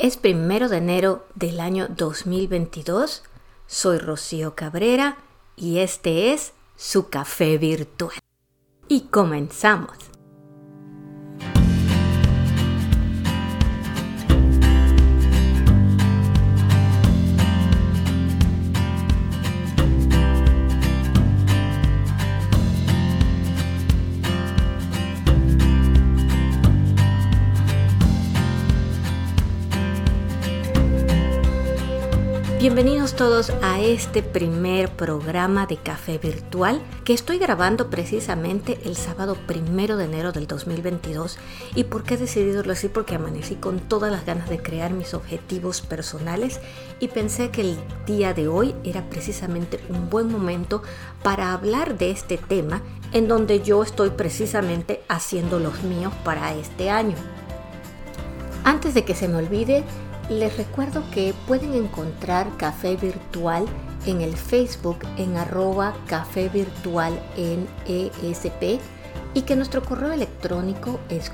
Es 1 de enero del año 2022. Soy Rocío Cabrera y este es su café virtual. Y comenzamos. Bienvenidos todos a este primer programa de café virtual que estoy grabando precisamente el sábado 1 de enero del 2022. ¿Y por qué he decidido así? Porque amanecí con todas las ganas de crear mis objetivos personales y pensé que el día de hoy era precisamente un buen momento para hablar de este tema en donde yo estoy precisamente haciendo los míos para este año. Antes de que se me olvide, les recuerdo que pueden encontrar Café Virtual en el Facebook en @cafevirtual en ESP y que nuestro correo electrónico es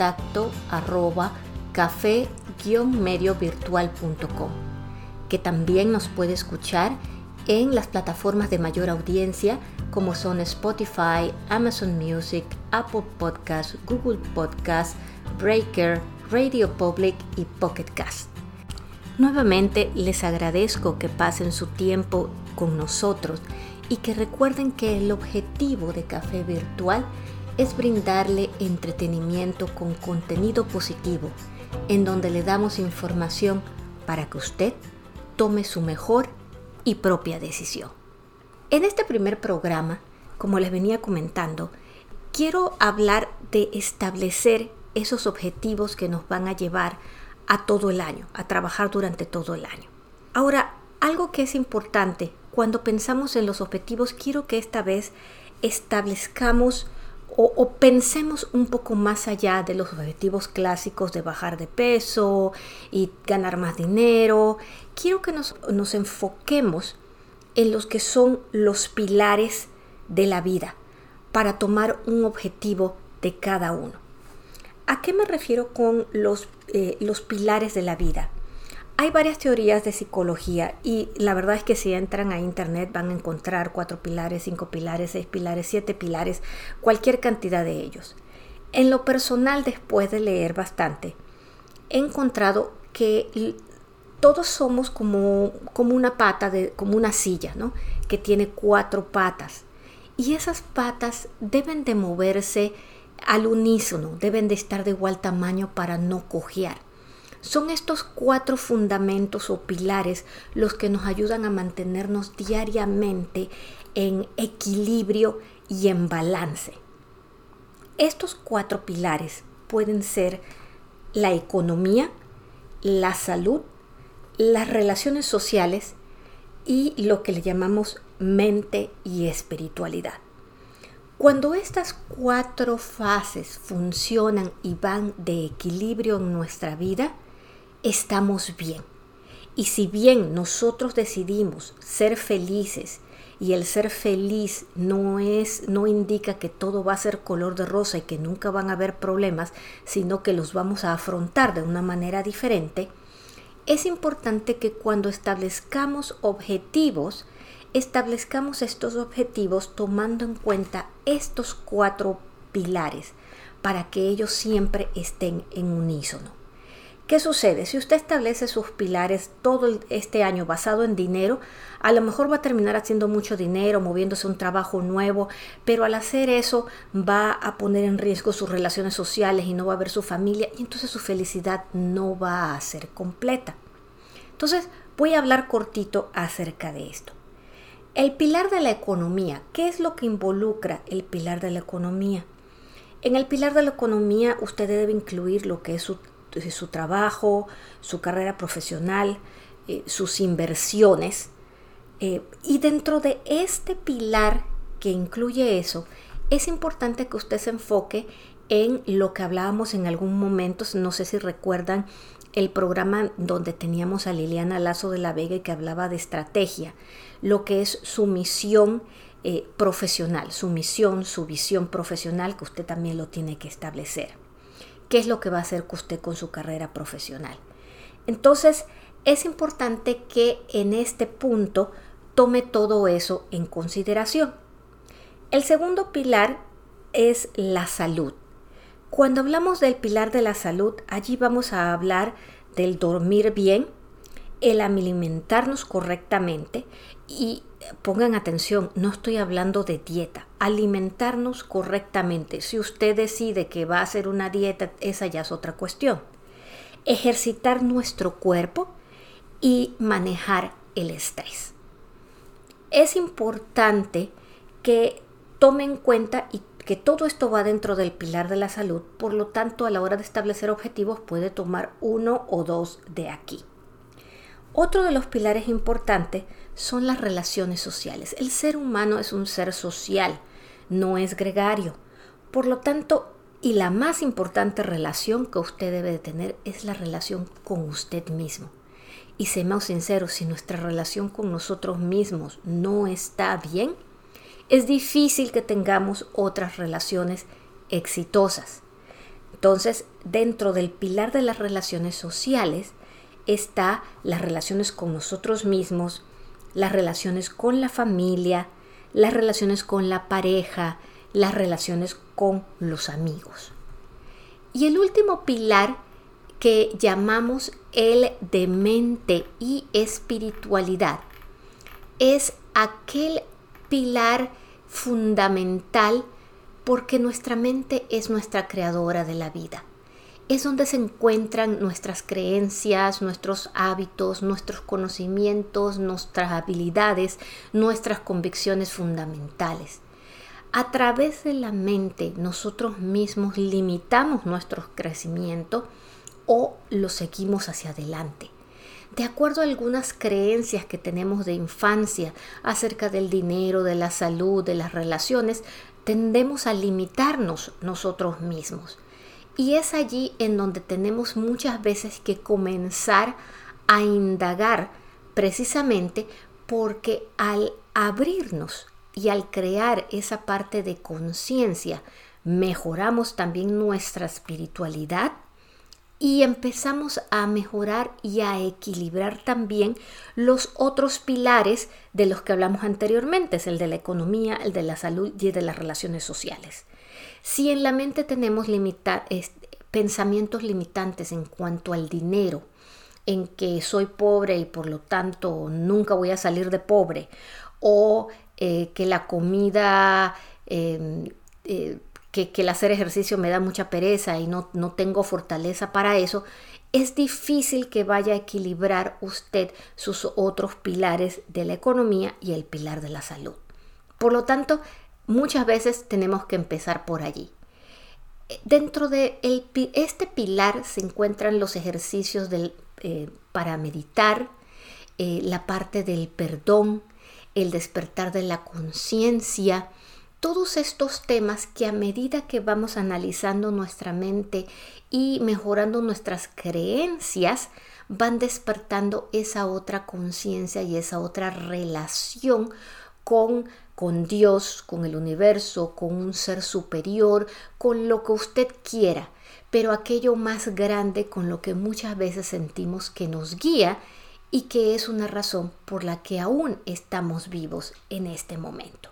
contacto@café-mediovirtual.com, que también nos puede escuchar en las plataformas de mayor audiencia como son Spotify, Amazon Music, Apple Podcasts, Google Podcasts, Breaker, Radio Public y Pocket Cast. Nuevamente les agradezco que pasen su tiempo con nosotros y que recuerden que el objetivo de Café Virtual es brindarle entretenimiento con contenido positivo, en donde le damos información para que usted tome su mejor y propia decisión. En este primer programa, como les venía comentando, quiero hablar de establecer esos objetivos que nos van a llevar a todo el año, a trabajar durante todo el año. Ahora, algo que es importante, cuando pensamos en los objetivos, quiero que esta vez establezcamos o pensemos un poco más allá de los objetivos clásicos de bajar de peso y ganar más dinero. Quiero que nos enfoquemos en los que son los pilares de la vida para tomar un objetivo de cada uno. ¿A qué me refiero con los pilares de la vida? Hay varias teorías de psicología y la verdad es que si entran a internet van a encontrar 4 pilares, 5 pilares, 6 pilares, 7 pilares, cualquier cantidad de ellos. En lo personal, después de leer bastante, he encontrado que todos somos como una pata, como una silla, ¿no? Que tiene 4 patas y esas patas deben de moverse al unísono, deben de estar de igual tamaño para no cojear. Son estos 4 fundamentos o pilares los que nos ayudan a mantenernos diariamente en equilibrio y en balance. Estos 4 pilares pueden ser la economía, la salud, las relaciones sociales y lo que le llamamos mente y espiritualidad. Cuando estas 4 fases funcionan y van de equilibrio en nuestra vida, estamos bien. Y si bien nosotros decidimos ser felices y el ser feliz no indica que todo va a ser color de rosa y que nunca van a haber problemas, sino que los vamos a afrontar de una manera diferente, es importante que cuando establezcamos objetivos tomando en cuenta estos 4 pilares para que ellos siempre estén en unísono. ¿Qué sucede? Si usted establece sus pilares todo este año basado en dinero, a lo mejor va a terminar haciendo mucho dinero, moviéndose a un trabajo nuevo, pero al hacer eso va a poner en riesgo sus relaciones sociales y no va a ver su familia y entonces su felicidad no va a ser completa. Entonces voy a hablar cortito acerca de esto. El pilar de la economía. ¿Qué es lo que involucra el pilar de la economía? En el pilar de la economía usted debe incluir lo que es su trabajo, su carrera profesional, sus inversiones. Y dentro de este pilar que incluye eso, es importante que usted se enfoque en lo que hablábamos en algún momento, no sé si recuerdan el programa donde teníamos a Liliana Lazo de la Vega y que hablaba de estrategia, lo que es su misión profesional, su misión, su visión profesional, que usted también lo tiene que establecer. ¿Qué es lo que va a hacer usted con su carrera profesional? Entonces, es importante que en este punto tome todo eso en consideración. El segundo pilar es la salud. Cuando hablamos del pilar de la salud, allí vamos a hablar del dormir bien, el alimentarnos correctamente y pongan atención, no estoy hablando de dieta, alimentarnos correctamente. Si usted decide que va a hacer una dieta, esa ya es otra cuestión. Ejercitar nuestro cuerpo y manejar el estrés. Es importante que tome en cuenta y que todo esto va dentro del pilar de la salud, por lo tanto a la hora de establecer objetivos puede tomar uno o dos de aquí. Otro de los pilares importantes son las relaciones sociales. El ser humano es un ser social, no es gregario. Por lo tanto, y la más importante relación que usted debe de tener es la relación con usted mismo. Y seamos sinceros, si nuestra relación con nosotros mismos no está bien, es difícil que tengamos otras relaciones exitosas. Entonces, dentro del pilar de las relaciones sociales está las relaciones con nosotros mismos, las relaciones con la familia, las relaciones con la pareja, las relaciones con los amigos. Y el último pilar que llamamos el de mente y espiritualidad es aquel pilar fundamental porque nuestra mente es nuestra creadora de la vida. Es donde se encuentran nuestras creencias, nuestros hábitos, nuestros conocimientos, nuestras habilidades, nuestras convicciones fundamentales. A través de la mente nosotros mismos limitamos nuestro crecimiento o lo seguimos hacia adelante. De acuerdo a algunas creencias que tenemos de infancia acerca del dinero, de la salud, de las relaciones, tendemos a limitarnos nosotros mismos. Y es allí en donde tenemos muchas veces que comenzar a indagar precisamente porque al abrirnos y al crear esa parte de conciencia, mejoramos también nuestra espiritualidad y empezamos a mejorar y a equilibrar también los otros pilares de los que hablamos anteriormente, es el de la economía, el de la salud y el de las relaciones sociales. Si en la mente tenemos pensamientos limitantes en cuanto al dinero, en que soy pobre y por lo tanto nunca voy a salir de pobre, o que la comida, que el hacer ejercicio me da mucha pereza y no tengo fortaleza para eso, es difícil que vaya a equilibrar usted sus otros pilares de la economía y el pilar de la salud. Por lo tanto, muchas veces tenemos que empezar por allí. Dentro de este pilar se encuentran los ejercicios para meditar, la parte del perdón, el despertar de la conciencia, todos estos temas que a medida que vamos analizando nuestra mente y mejorando nuestras creencias, van despertando esa otra conciencia y esa otra relación con Dios, con el universo, con un ser superior, con lo que usted quiera, pero aquello más grande con lo que muchas veces sentimos que nos guía y que es una razón por la que aún estamos vivos en este momento.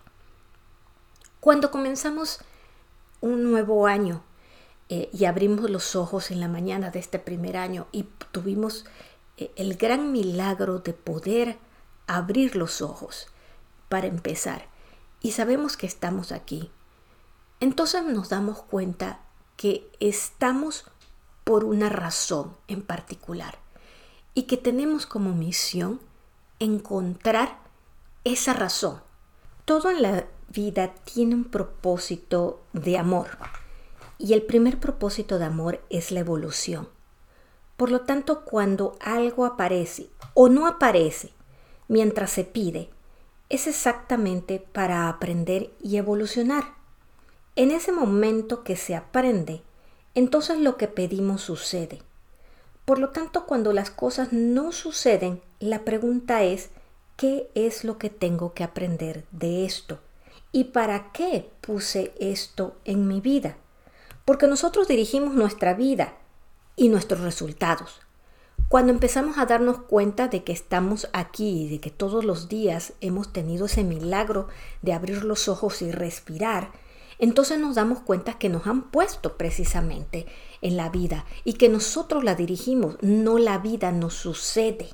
Cuando comenzamos un nuevo año y abrimos los ojos en la mañana de este primer año y tuvimos el gran milagro de poder abrir los ojos para empezar y sabemos que estamos aquí, entonces nos damos cuenta que estamos por una razón en particular y que tenemos como misión encontrar esa razón. Todo en la vida tiene un propósito de amor y el primer propósito de amor es la evolución. Por lo tanto, cuando algo aparece o no aparece mientras se pide, es exactamente para aprender y evolucionar. En ese momento que se aprende, entonces lo que pedimos sucede. Por lo tanto, cuando las cosas no suceden, la pregunta es, ¿qué es lo que tengo que aprender de esto? ¿Y para qué puse esto en mi vida? Porque nosotros dirigimos nuestra vida y nuestros resultados. Cuando empezamos a darnos cuenta de que estamos aquí, de que todos los días hemos tenido ese milagro de abrir los ojos y respirar, entonces nos damos cuenta que nos han puesto precisamente en la vida y que nosotros la dirigimos, no la vida nos sucede.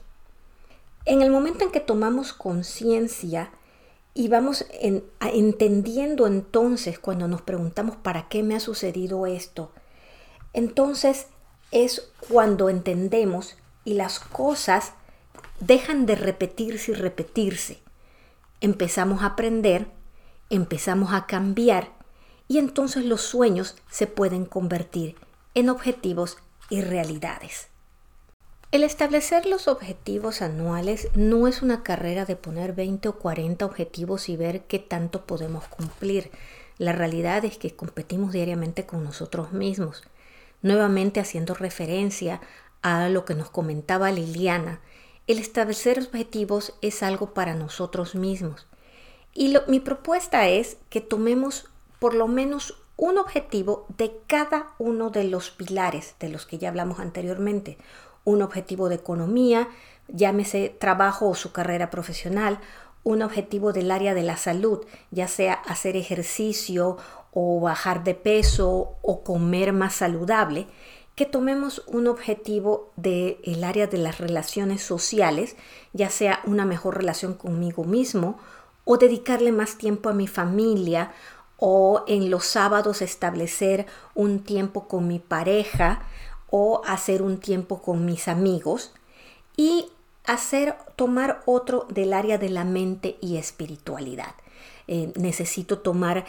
En el momento en que tomamos conciencia y vamos entendiendo entonces cuando nos preguntamos ¿para qué me ha sucedido esto? Entonces es cuando entendemos y las cosas dejan de repetirse y repetirse. Empezamos a aprender, empezamos a cambiar y entonces los sueños se pueden convertir en objetivos y realidades. El establecer los objetivos anuales no es una carrera de poner 20 o 40 objetivos y ver qué tanto podemos cumplir. La realidad es que competimos diariamente con nosotros mismos. Nuevamente haciendo referencia a lo que nos comentaba Liliana, el establecer objetivos es algo para nosotros mismos. Y mi propuesta es que tomemos por lo menos un objetivo de cada uno de los pilares de los que ya hablamos anteriormente. Un objetivo de economía, llámese trabajo o su carrera profesional, un objetivo del área de la salud, ya sea hacer ejercicio o bajar de peso o comer más saludable, que tomemos un objetivo del área de las relaciones sociales, ya sea una mejor relación conmigo mismo o dedicarle más tiempo a mi familia o en los sábados establecer un tiempo con mi pareja o hacer un tiempo con mis amigos y tomar otro del área de la mente y espiritualidad. Necesito tomar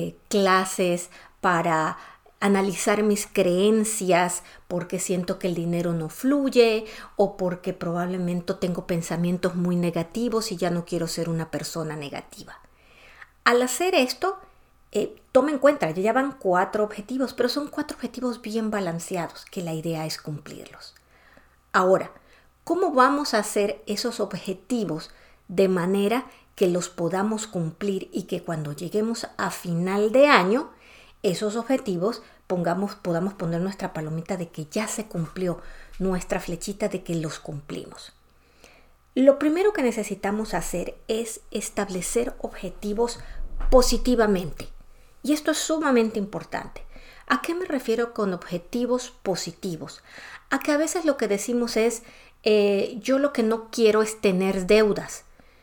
clases para analizar mis creencias porque siento que el dinero no fluye o porque probablemente tengo pensamientos muy negativos y ya no quiero ser una persona negativa. Al hacer esto, toma en cuenta, ya van 4 objetivos, pero son 4 objetivos bien balanceados, que la idea es cumplirlos. Ahora, ¿cómo vamos a hacer esos objetivos de manera que los podamos cumplir y que cuando lleguemos a final de año, esos objetivos podamos poner nuestra palomita de que ya se cumplió, nuestra flechita de que los cumplimos? Lo primero que necesitamos hacer es establecer objetivos positivamente. Y esto es sumamente importante. ¿A qué me refiero con objetivos positivos? A que a veces lo que decimos es, yo lo que no quiero es tener deudas.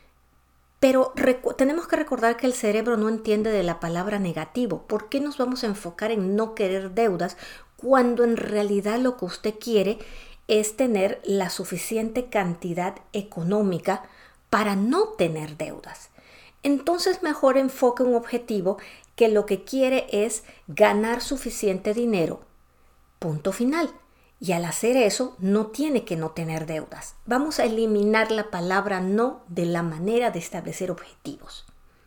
Pero tenemos que recordar que el cerebro no entiende de la palabra negativo. ¿Por qué nos vamos a enfocar en no querer deudas cuando en realidad lo que usted quiere es tener la suficiente cantidad económica para no tener deudas? Entonces mejor enfoque un objetivo que lo que quiere es ganar suficiente dinero. Punto final. Y al hacer eso, no tiene que no tener deudas. Vamos a eliminar la palabra no de la manera de establecer objetivos.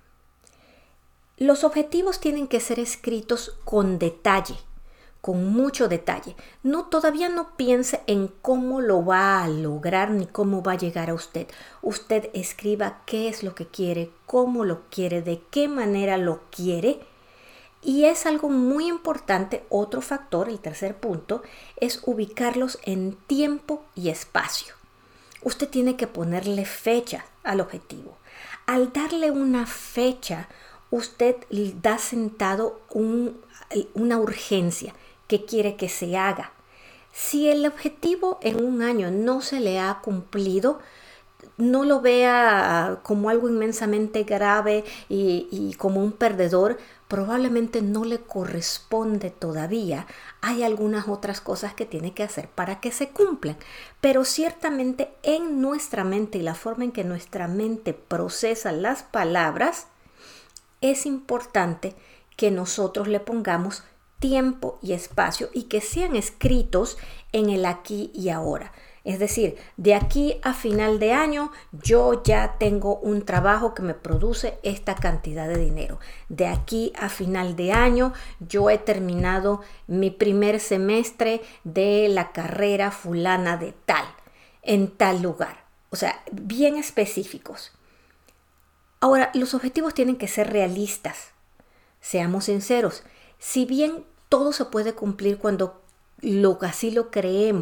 Los objetivos tienen que ser escritos con detalle, con mucho detalle. Todavía no piense en cómo lo va a lograr ni cómo va a llegar a usted. Usted escriba qué es lo que quiere, cómo lo quiere, de qué manera lo quiere. Y es algo muy importante, otro factor, el tercer punto, es ubicarlos en tiempo y espacio. Usted tiene que ponerle fecha al objetivo. Al darle una fecha, usted da sentado una urgencia que quiere que se haga. Si el objetivo en un año no se le ha cumplido, no lo vea como algo inmensamente grave y como un perdedor. Probablemente no le corresponde todavía. Hay algunas otras cosas que tiene que hacer para que se cumplan. Pero ciertamente en nuestra mente y la forma en que nuestra mente procesa las palabras, es importante que nosotros le pongamos tiempo y espacio y que sean escritos en el aquí y ahora. Es decir, de aquí a final de año yo ya tengo un trabajo que me produce esta cantidad de dinero. De aquí a final de año yo he terminado mi primer semestre de la carrera fulana de tal, en tal lugar. O sea, bien específicos. Ahora, los objetivos tienen que ser realistas. Seamos sinceros. Si bien todo se puede cumplir cuando así lo creemos,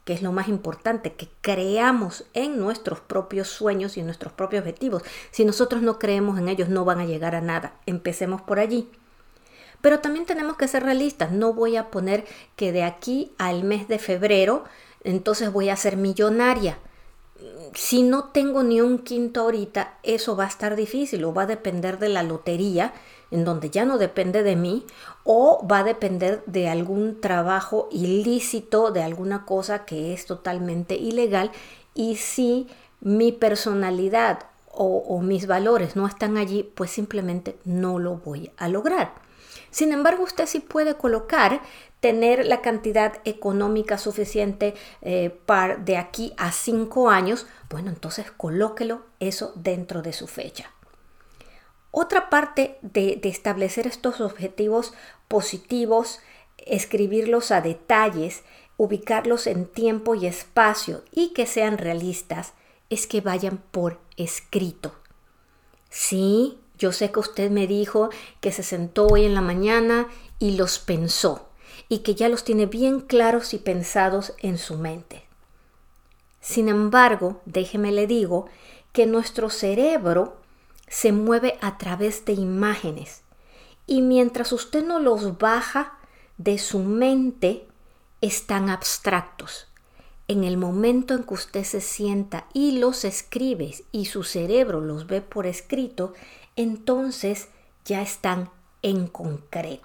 que es lo más importante, que creamos en nuestros propios sueños y en nuestros propios objetivos. Si nosotros no creemos en ellos, no van a llegar a nada. Empecemos por allí. Pero también tenemos que ser realistas. No voy a poner que de aquí al mes de febrero, entonces voy a ser millonaria. Si no tengo ni un quinto ahorita, eso va a estar difícil o va a depender de la lotería, en donde ya no depende de mí, o va a depender de algún trabajo ilícito, de alguna cosa que es totalmente ilegal. Y si mi personalidad o mis valores no están allí, pues simplemente no lo voy a lograr. Sin embargo, usted sí puede colocar, tener la cantidad económica suficiente de aquí a 5 años. Bueno, entonces colóquelo eso dentro de su fecha. Otra parte de establecer estos objetivos positivos, escribirlos a detalles, ubicarlos en tiempo y espacio y que sean realistas, es que vayan por escrito. Sí, yo sé que usted me dijo que se sentó hoy en la mañana y los pensó y que ya los tiene bien claros y pensados en su mente. Sin embargo, déjeme le digo que nuestro cerebro se mueve a través de imágenes y mientras usted no los baja de su mente, están abstractos. En el momento en que usted se sienta y los escribe y su cerebro los ve por escrito, entonces ya están en concreto.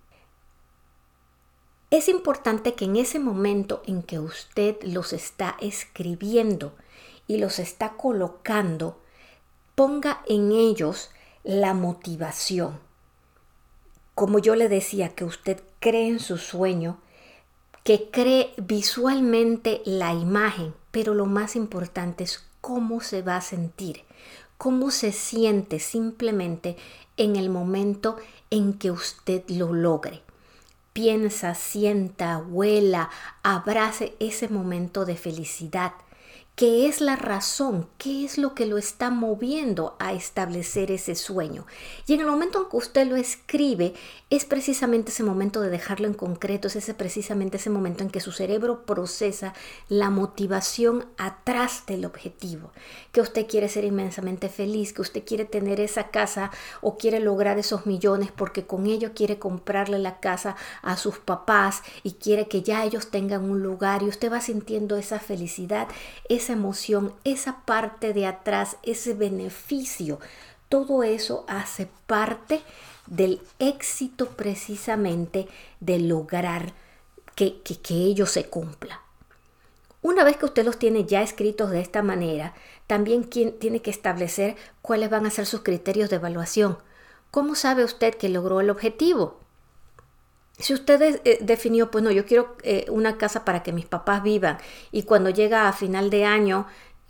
Es importante que en ese momento en que usted los está escribiendo y los está colocando, ponga en ellos la motivación. Como yo le decía, que usted cree en su sueño, que cree visualmente la imagen, pero lo más importante es cómo se va a sentir, cómo se siente simplemente en el momento en que usted lo logre. Piensa, sienta, huela, abrace ese momento de felicidad. ¿Qué es la razón? ¿Qué es lo que lo está moviendo a establecer ese sueño? Y en el momento en que usted lo escribe, es precisamente ese momento de dejarlo en concreto, es precisamente ese momento en que su cerebro procesa la motivación atrás del objetivo. Que usted quiere ser inmensamente feliz, que usted quiere tener esa casa o quiere lograr esos millones porque con ello quiere comprarle la casa a sus papás y quiere que ya ellos tengan un lugar y usted va sintiendo esa felicidad, esa emoción, esa parte de atrás, ese beneficio. Todo eso hace parte del éxito precisamente de lograr que ello se cumpla. Una vez que usted los tiene ya escritos de esta manera, también tiene que establecer cuáles van a ser sus criterios de evaluación. ¿Cómo sabe usted que logró el objetivo? Si usted definió, pues no, yo quiero una casa para que mis papás vivan y cuando llega a final de año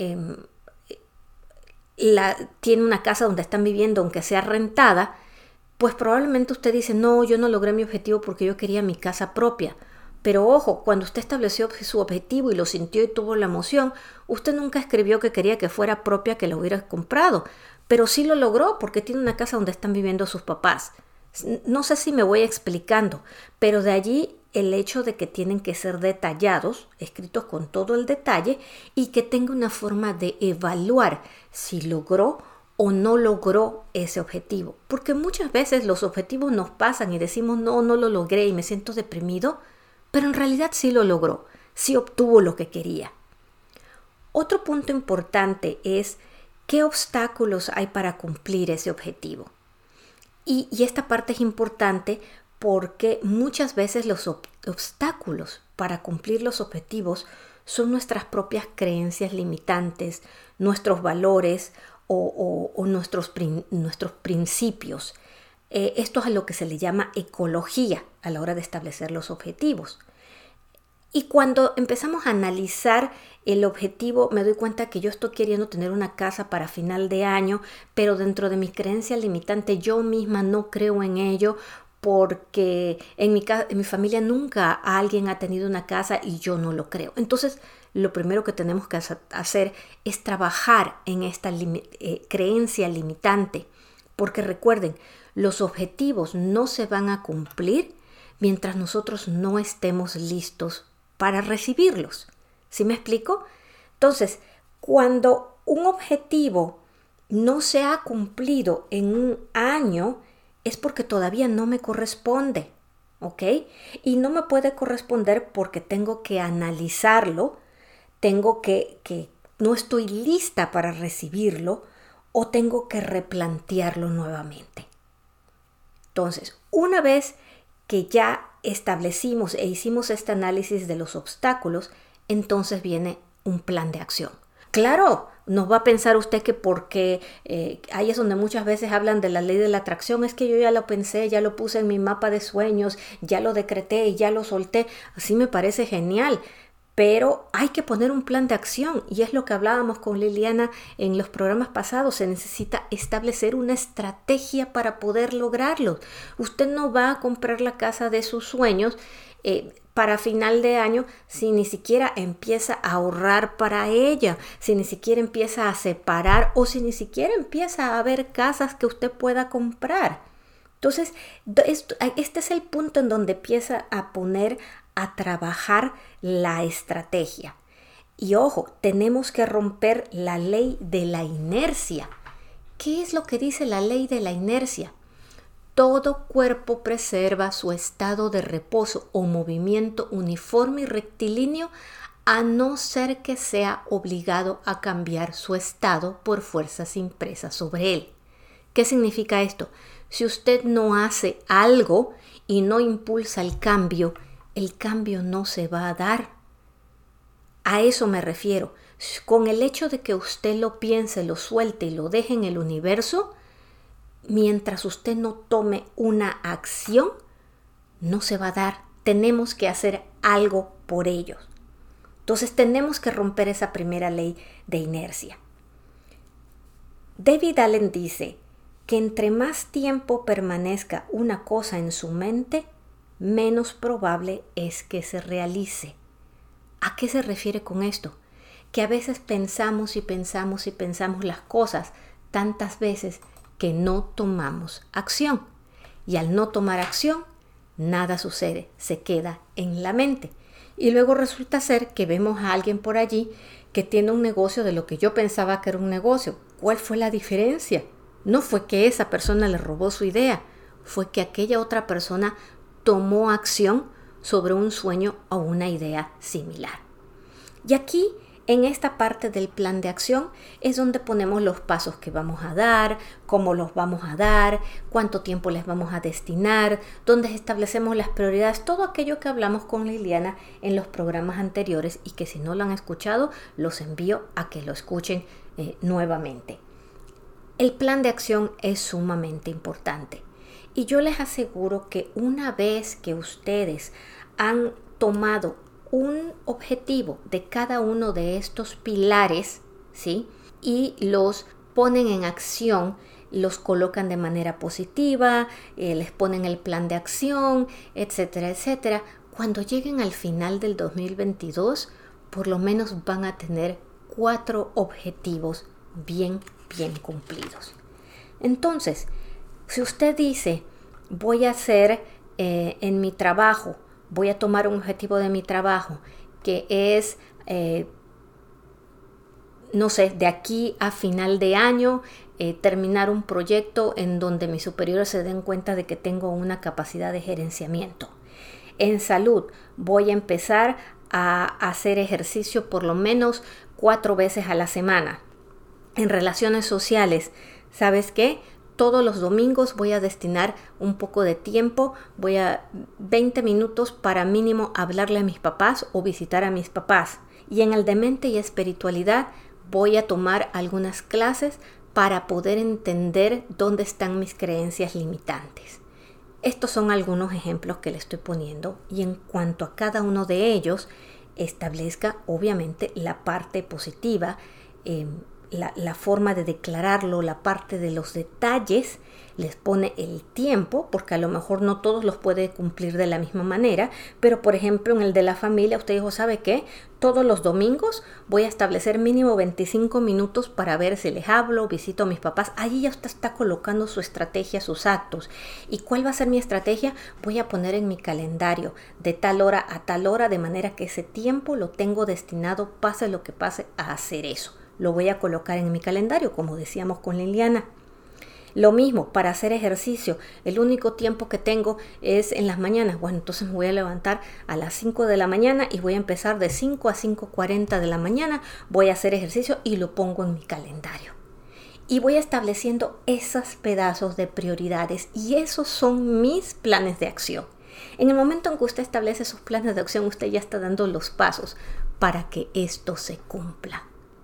tiene una casa donde están viviendo aunque sea rentada, pues probablemente usted dice, no, yo no logré mi objetivo porque yo quería mi casa propia. Pero ojo, cuando usted estableció su objetivo y lo sintió y tuvo la emoción, usted nunca escribió que quería que fuera propia, que lo hubiera comprado, pero sí lo logró porque tiene una casa donde están viviendo sus papás. No sé si me voy explicando, pero de allí el hecho de que tienen que ser detallados, escritos con todo el detalle y que tenga una forma de evaluar si logró o no logró ese objetivo. Porque muchas veces los objetivos nos pasan y decimos no lo logré y me siento deprimido, pero en realidad sí lo logró, sí obtuvo lo que quería. Otro punto importante es qué obstáculos hay para cumplir ese objetivo. Y esta parte es importante porque muchas veces los obstáculos para cumplir los objetivos son nuestras propias creencias limitantes, nuestros valores o nuestros principios. Esto es a lo que se le llama ecología a la hora de establecer los objetivos. Y cuando empezamos a analizar el objetivo, me doy cuenta que yo estoy queriendo tener una casa para final de año, pero dentro de mi creencia limitante yo misma no creo en ello porque en mi familia nunca alguien ha tenido una casa y yo no lo creo. Entonces, lo primero que tenemos que hacer es trabajar en esta creencia limitante, porque recuerden, los objetivos no se van a cumplir mientras nosotros no estemos listos para recibirlos. ¿Sí me explico? Entonces, cuando un objetivo no se ha cumplido en un año, es porque todavía no me corresponde, ¿ok? Y no me puede corresponder porque tengo que analizarlo, tengo que no estoy lista para recibirlo o tengo que replantearlo nuevamente. Entonces, una vez que ya establecimos e hicimos este análisis de los obstáculos, entonces viene un plan de acción. Claro, no va a pensar usted que porque ahí es donde muchas veces hablan de la ley de la atracción, es que yo ya lo pensé, ya lo puse en mi mapa de sueños, ya lo decreté y ya lo solté. Así me parece genial, pero hay que poner un plan de acción y es lo que hablábamos con Liliana en los programas pasados. Se necesita establecer una estrategia para poder lograrlo. Usted no va a comprar la casa de sus sueños para final de año si ni siquiera empieza a ahorrar para ella, si ni siquiera empieza a separar o si ni siquiera empieza a ver casas que usted pueda comprar. Entonces, este es el punto en donde empieza a poner a trabajar la estrategia. Y ojo, tenemos que romper la ley de la inercia. ¿Qué es lo que dice la ley de la inercia? Todo cuerpo preserva su estado de reposo o movimiento uniforme y rectilíneo a no ser que sea obligado a cambiar su estado por fuerzas impresas sobre él. ¿Qué significa esto? Si usted no hace algo y no impulsa el cambio no se va a dar. A eso me refiero. Con el hecho de que usted lo piense, lo suelte y lo deje en el universo, mientras usted no tome una acción, no se va a dar. Tenemos que hacer algo por ellos. Entonces tenemos que romper esa primera ley de inercia. David Allen dice que entre más tiempo permanezca una cosa en su mente, menos probable es que se realice. ¿A qué se refiere con esto? Que a veces pensamos y pensamos y pensamos las cosas tantas veces que no tomamos acción. Y al no tomar acción, nada sucede, se queda en la mente. Y luego resulta ser que vemos a alguien por allí que tiene un negocio de lo que yo pensaba que era un negocio. ¿Cuál fue la diferencia? No fue que esa persona le robó su idea, fue que aquella otra persona tomó acción sobre un sueño o una idea similar. Y aquí, en esta parte del plan de acción, es donde ponemos los pasos que vamos a dar, cómo los vamos a dar, cuánto tiempo les vamos a destinar, donde establecemos las prioridades, todo aquello que hablamos con Liliana en los programas anteriores y que si no lo han escuchado, los envío a que lo escuchen nuevamente. El plan de acción es sumamente importante. Y yo les aseguro que una vez que ustedes han tomado un objetivo de cada uno de estos pilares, ¿sí? Y los ponen en acción, los colocan de manera positiva, les ponen el plan de acción, etcétera, etcétera. Cuando lleguen al final del 2022, por lo menos van a tener 4 objetivos bien cumplidos. Entonces, si usted dice, voy a hacer en mi trabajo, voy a tomar un objetivo de mi trabajo, que es, de aquí a final de año, terminar un proyecto en donde mis superiores se den cuenta de que tengo una capacidad de gerenciamiento. En salud, voy a empezar a hacer ejercicio por lo menos 4 veces a la semana. En relaciones sociales, ¿sabes qué? Todos los domingos voy a destinar un poco de tiempo, 20 minutos para mínimo hablarle a mis papás o visitar a mis papás. Y en el de mente y espiritualidad voy a tomar algunas clases para poder entender dónde están mis creencias limitantes. Estos son algunos ejemplos que le estoy poniendo y en cuanto a cada uno de ellos, establezca obviamente la parte positiva, la forma de declararlo, la parte de los detalles, les pone el tiempo, porque a lo mejor no todos los puede cumplir de la misma manera, pero por ejemplo en el de la familia usted dijo, ¿sabe qué? Todos los domingos voy a establecer mínimo 25 minutos para ver si les hablo, visito a mis papás. Allí ya usted está colocando su estrategia, sus actos. ¿Y cuál va a ser mi estrategia? Voy a poner en mi calendario de tal hora a tal hora, de manera que ese tiempo lo tengo destinado, pase lo que pase, a hacer eso. Lo voy a colocar en mi calendario, como decíamos con Liliana. Lo mismo, para hacer ejercicio, el único tiempo que tengo es en las mañanas. Bueno, entonces me voy a levantar a las 5 de la mañana y voy a empezar de 5 a 5:40 de la mañana. Voy a hacer ejercicio y lo pongo en mi calendario. Y voy estableciendo esos pedazos de prioridades y esos son mis planes de acción. En el momento en que usted establece esos planes de acción, usted ya está dando los pasos para que esto se cumpla.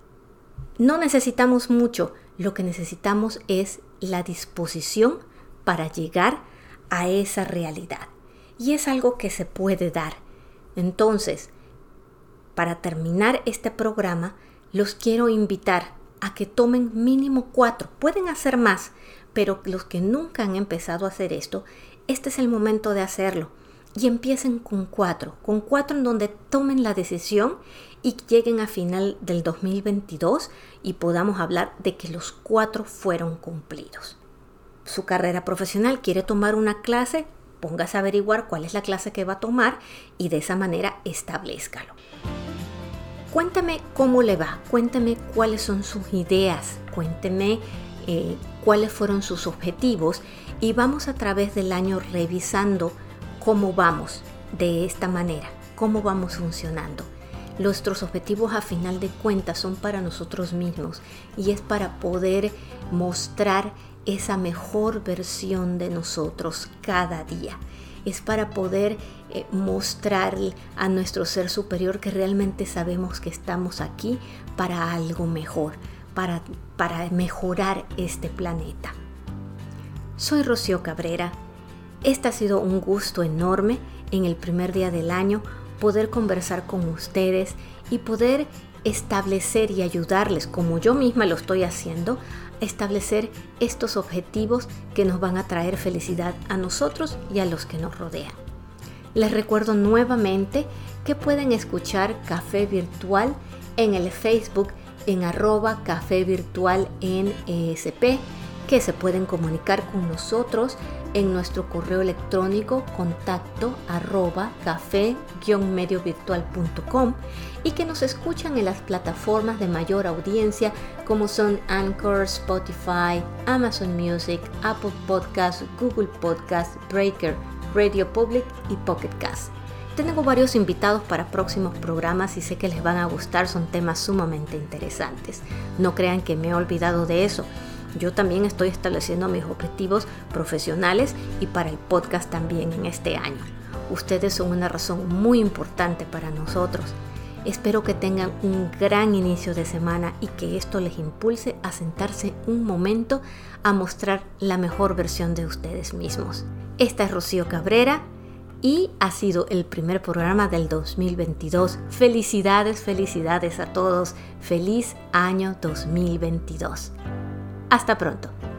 No necesitamos mucho, lo que necesitamos es la disposición para llegar a esa realidad. Y es algo que se puede dar. Entonces, para terminar este programa, los quiero invitar a que tomen mínimo 4. Pueden hacer más, pero los que nunca han empezado a hacer esto, este es el momento de hacerlo. Y empiecen con 4 en donde tomen la decisión y lleguen a final del 2022 y podamos hablar de que los 4 fueron cumplidos. Su carrera profesional quiere tomar una clase, póngase a averiguar cuál es la clase que va a tomar y de esa manera establezcalo. Cuénteme cómo le va, cuénteme cuáles son sus ideas, cuénteme cuáles fueron sus objetivos y vamos a través del año revisando cómo vamos de esta manera, cómo vamos funcionando. Nuestros objetivos a final de cuentas son para nosotros mismos y es para poder mostrar esa mejor versión de nosotros cada día. Es para poder mostrar a nuestro ser superior que realmente sabemos que estamos aquí para algo mejor, para mejorar este planeta. Soy Rocío Cabrera. Este ha sido un gusto enorme en el primer día del año poder conversar con ustedes y poder establecer y ayudarles, como yo misma lo estoy haciendo, establecer estos objetivos que nos van a traer felicidad a nosotros y a los que nos rodean. Les recuerdo nuevamente que pueden escuchar Café Virtual en el Facebook en @cafevirtualnesp, que se pueden comunicar con nosotros en nuestro correo electrónico contacto @café-mediovirtual.com y que nos escuchan en las plataformas de mayor audiencia como son Anchor, Spotify, Amazon Music, Apple Podcasts, Google Podcasts, Breaker, Radio Public y Pocket Cast. Tengo varios invitados para próximos programas y sé que les van a gustar, son temas sumamente interesantes. No crean que me he olvidado de eso. Yo también estoy estableciendo mis objetivos profesionales y para el podcast también en este año. Ustedes son una razón muy importante para nosotros. Espero que tengan un gran inicio de semana y que esto les impulse a sentarse un momento a mostrar la mejor versión de ustedes mismos. Esta es Rocío Cabrera y ha sido el primer programa del 2022. Felicidades, felicidades a todos. Feliz año 2022. Hasta pronto.